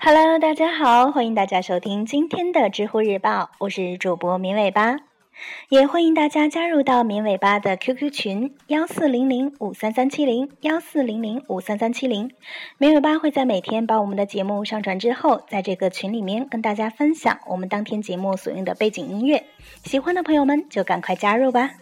Hello， 大家好，欢迎大家收听今天的知乎日报，我是主播绵尾巴，也欢迎大家加入到绵尾巴的 QQ 群14005333701400533370，绵尾巴会在每天把我们的节目上传之后，在这个群里面跟大家分享我们当天节目所用的背景音乐，喜欢的朋友们就赶快加入吧。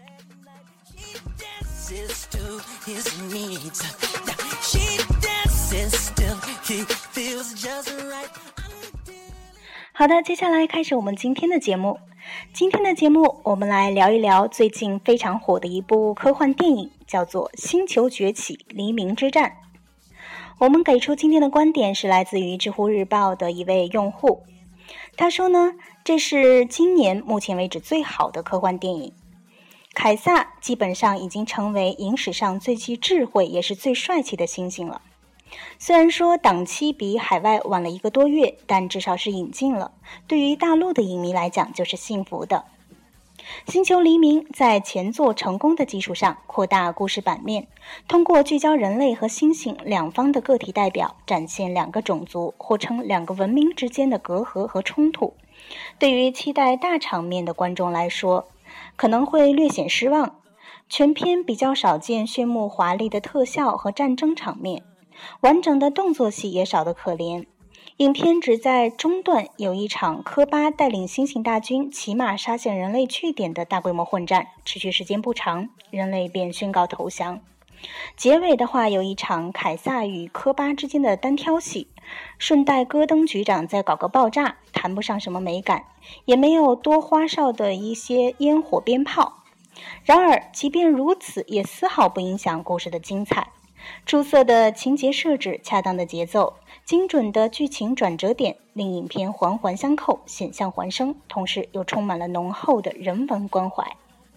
好的，接下来开始我们今天的节目。今天的节目我们来聊一聊最近非常火的一部科幻电影，叫做《星球崛起：黎明之战》。我们给出今天的观点是来自于知乎日报的一位用户，他说呢，这是今年目前为止最好的科幻电影。凯撒基本上已经成为影史上最具智慧也是最帅气的猩猩了。虽然说档期比海外晚了1个多月，但至少是引进了，对于大陆的影迷来讲就是幸福的。星球黎明在前作成功的基础上扩大故事版面，通过聚焦人类和猩猩两方的个体代表，展现两个种族或称两个文明之间的隔阂和冲突。对于期待大场面的观众来说，可能会略显失望。全片比较少见炫目华丽的特效和战争场面，完整的动作戏也少得可怜。影片只在中段有一场科巴带领猩猩大军骑马杀向人类据点的大规模混战，持续时间不长，人类便宣告投降。结尾的话有一场凯撒与科巴之间的单挑戏，顺带戈登局长再搞个爆炸，谈不上什么美感，也没有多花哨的一些烟火鞭炮。然而即便如此，也丝毫不影响故事的精彩。出色的情节设置，恰当的节奏，精准的剧情转折点，令影片环环相扣，险象环生，同时又充满了浓厚的人文关怀。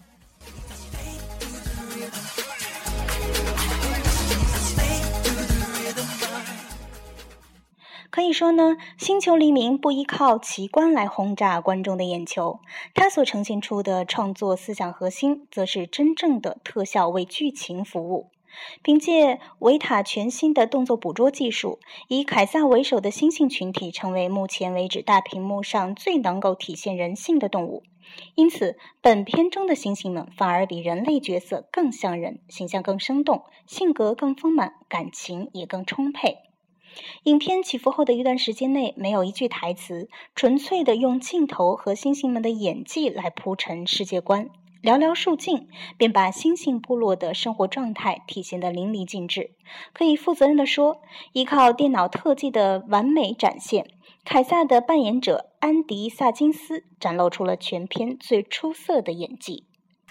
可以说呢，星球黎明不依靠奇观来轰炸观众的眼球，它所呈现出的创作思想核心，则是真正的特效为剧情服务。凭借维塔全新的动作捕捉技术，以凯撒为首的猩猩群体成为目前为止大屏幕上最能够体现人性的动物。因此，本片中的猩猩们反而比人类角色更像人，形象更生动，性格更丰满，感情也更充沛。影片起伏后的一段时间内没有一句台词，纯粹的用镜头和猩猩们的演技来铺陈世界观，寥寥数镜便把猩猩部落的生活状态体现得淋漓尽致。可以负责任地说，依靠电脑特技的完美展现，凯撒的扮演者安迪·萨金斯展露出了全片最出色的演技。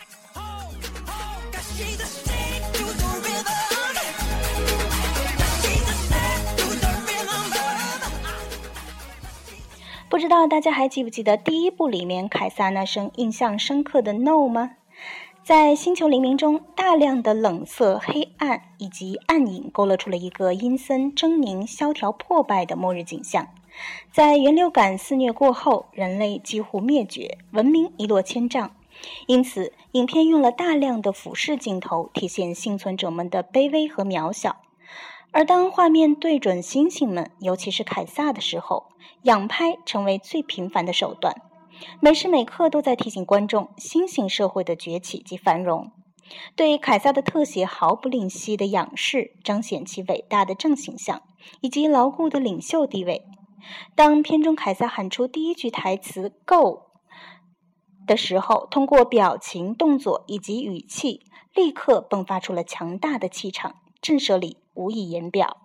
不知道大家还记不记得第一部里面凯撒那声印象深刻的 No 吗？在星球黎明中，大量的冷色、黑暗以及暗影勾勒出了一个阴森、狰狞、萧条、破败的末日景象。在源流感肆虐过后，人类几乎灭绝，文明一落千丈。因此，影片用了大量的俯视镜头，体现幸存者们的卑微和渺小。而当画面对准猩猩们，尤其是凯撒的时候，仰拍成为最频繁的手段，每时每刻都在提醒观众猩猩社会的崛起及繁荣。对凯撒的特写毫不吝惜的仰视，彰显其伟大的正形象以及牢固的领袖地位。当片中凯撒喊出第一句台词 Go 的时候，通过表情、动作以及语气，立刻迸发出了强大的气场，震慑力无以言表。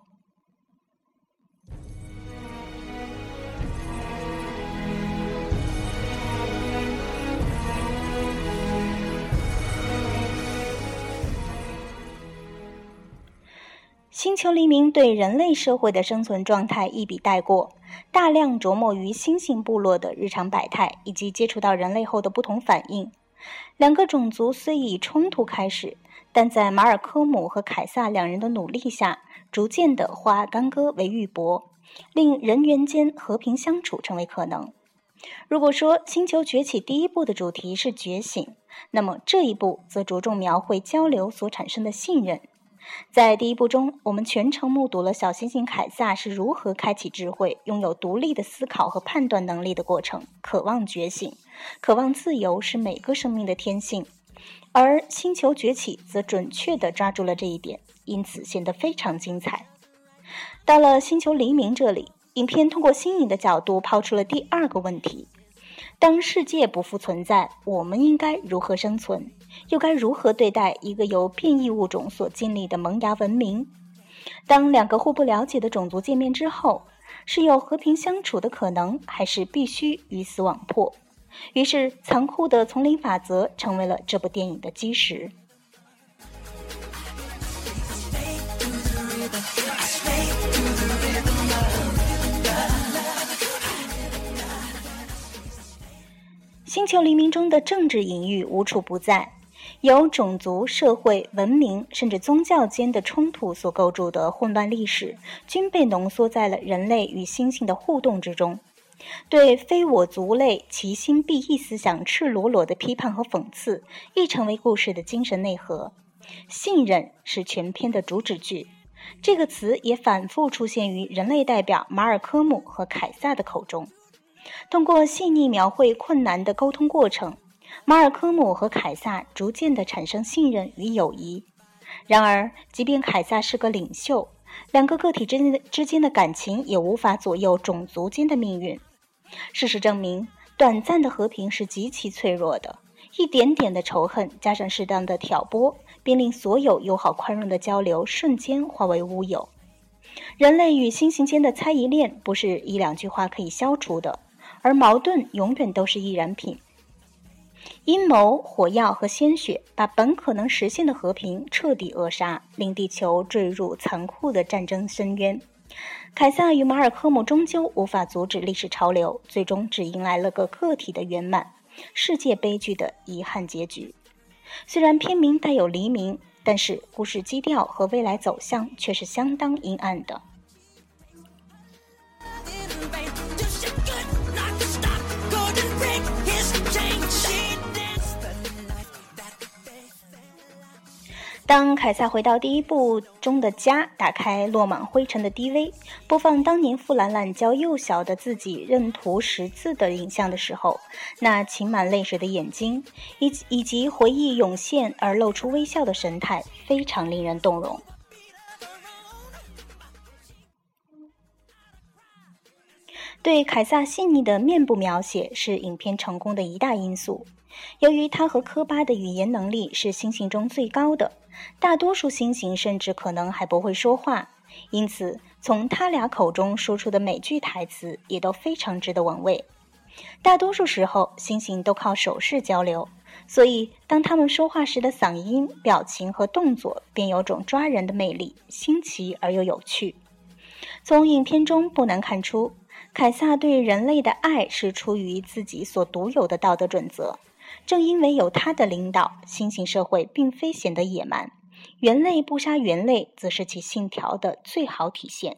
星球黎明对人类社会的生存状态一笔带过，大量琢磨于猩猩部落的日常百态以及接触到人类后的不同反应。两个种族虽以冲突开始，但在马尔科姆和凯撒两人的努力下，逐渐地化干戈为玉帛，令人猿间和平相处成为可能。如果说星球崛起第一部的主题是觉醒，那么这一部则着重描绘交流所产生的信任。 在第一部中，我们全程目睹了小猩猩凯撒是如何开启智慧，拥有独立的思考和判断能力的过程，渴望觉醒，渴望自由是每个生命的天性。而星球崛起则准确地抓住了这一点，因此显得非常精彩。到了星球黎明这里，影片通过新颖的角度抛出了第二个问题：当世界不复存在，我们应该如何生存？又该如何对待一个由变异物种所建立的萌芽文明？当两个互不了解的种族见面之后，是有和平相处的可能，还是必须鱼死网破？于是残酷的丛林法则成为了这部电影的基石。星球黎明中的政治隐喻无处不在，由种族、社会、文明甚至宗教间的冲突所构筑的混乱历史，均被浓缩在了人类与猩猩的互动之中。对非我族类其心必异思想赤裸裸的批判和讽刺，亦成为故事的精神内核。信任是全片的主旨句，这个词也反复出现于人类代表马尔科姆和凯撒的口中。通过细腻描绘困难的沟通过程，马尔科姆和凯撒逐渐地产生信任与友谊。然而，即便凯撒是个领袖，两个个体之间的感情也无法左右种族间的命运。事实证明，短暂的和平是极其脆弱的，一点点的仇恨加上适当的挑拨，便令所有友好宽容的交流瞬间化为乌有。人类与猩猩间的猜疑链不是一两句话可以消除的，而矛盾永远都是易燃品。阴谋、火药和鲜血把本可能实现的和平彻底扼杀，令地球坠入残酷的战争深渊。凯撒与马尔科姆终究无法阻止历史潮流，最终只迎来了个体的圆满，世界悲剧的遗憾结局。虽然片名带有黎明，但是故事基调和未来走向却是相当阴暗的。当凯撒回到第一部中的家，打开落满灰尘的 DV， 播放当年傅兰兰教幼小的自己认图识字的影像的时候，那噙满泪水的眼睛以及回忆涌现而露出微笑的神态，非常令人动容。对凯撒细腻的面部描写是影片成功的一大因素。由于他和科巴的语言能力是猩猩中最高的，大多数猩猩甚至可能还不会说话，因此从他俩口中说出的每句台词也都非常值得玩味。大多数时候猩猩都靠手势交流，所以当他们说话时的嗓音、表情和动作便有种抓人的魅力，新奇而又有趣。从影片中不难看出，凯撒对人类的爱是出于自己所独有的道德准则。正因为有他的领导，猩猩社会并非显得野蛮，猿类不杀猿类则是其信条的最好体现。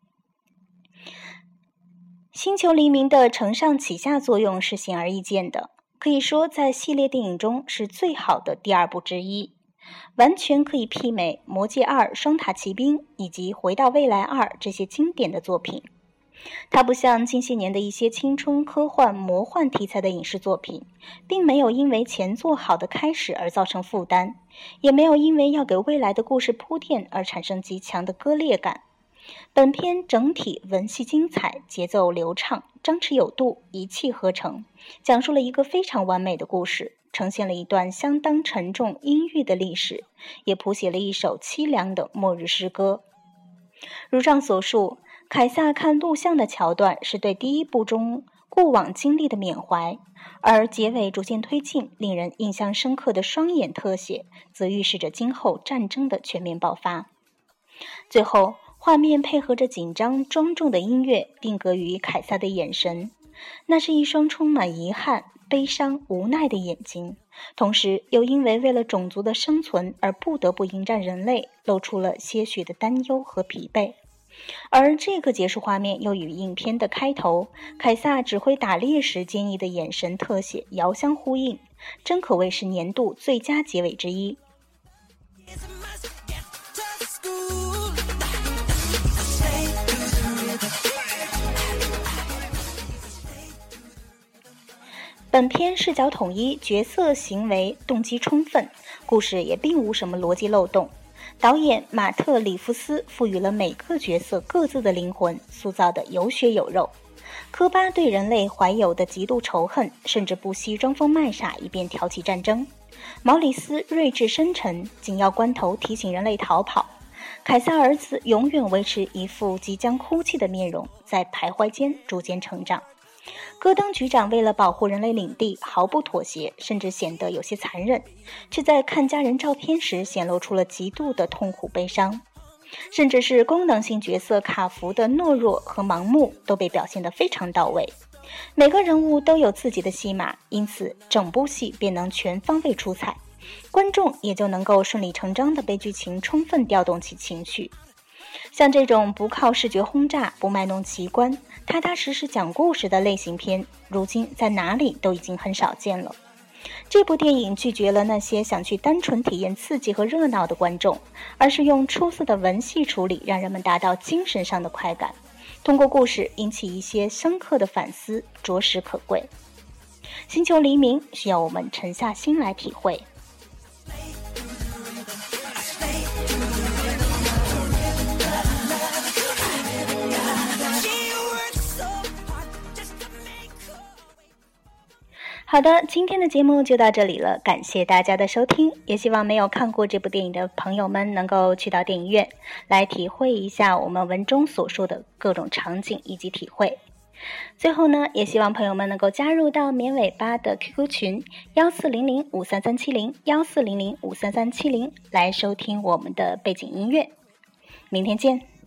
星球黎明的承上启下作用是显而易见的，可以说在系列电影中是最好的第二部之一，完全可以媲美《魔戒2》、《双塔奇兵》以及《回到未来2》这些经典的作品。它不像近些年的一些青春、科幻、魔幻题材的影视作品，并没有因为前作好的开始而造成负担，也没有因为要给未来的故事铺垫而产生极强的割裂感。本片整体文戏精彩，节奏流畅，张弛有度，一气呵成，讲述了一个非常完美的故事，呈现了一段相当沉重阴郁的历史，也谱写了一首凄凉的末日诗歌。如上所述，凯撒看录像的桥段是对第一部中过往经历的缅怀，而结尾逐渐推进令人印象深刻的双眼特写则预示着今后战争的全面爆发。最后画面配合着紧张庄重的音乐，定格于凯撒的眼神，那是一双充满遗憾、悲伤、无奈的眼睛，同时又因为了种族的生存而不得不迎战人类，露出了些许的担忧和疲惫。而这个结束画面又与影片的开头凯撒指挥打猎时坚毅的眼神特写遥相呼应，真可谓是年度最佳结尾之一。 本片视角统一，角色行为动机充分，故事也并无什么逻辑漏洞。导演马特·里夫斯赋予了每个角色各自的灵魂，塑造的有血有肉。科巴对人类怀有的极度仇恨，甚至不惜装疯卖傻以便挑起战争。毛里斯睿智深沉，紧要关头提醒人类逃跑。凯撒儿子永远维持一副即将哭泣的面容，在徘徊间逐渐成长。戈登局长为了保护人类领地毫不妥协，甚至显得有些残忍，却在看家人照片时显露出了极度的痛苦悲伤。甚至是功能性角色卡福的懦弱和盲目都被表现得非常到位。每个人物都有自己的戏码，因此整部戏便能全方位出彩，观众也就能够顺理成章地被剧情充分调动起情绪。像这种不靠视觉轰炸、不卖弄奇观、踏踏实实讲故事的类型片，如今在哪里都已经很少见了。这部电影拒绝了那些想去单纯体验刺激和热闹的观众，而是用出色的文戏处理，让人们达到精神上的快感。通过故事引起一些深刻的反思，着实可贵。星球黎明需要我们沉下心来体会。好的，今天的节目就到这里了，感谢大家的收听，也希望没有看过这部电影的朋友们能够去到电影院来体会一下我们文中所说的各种场景以及体会。最后呢，也希望朋友们能够加入到绵尾巴的 QQ 群14005333701400533370来收听我们的背景音乐。明天见。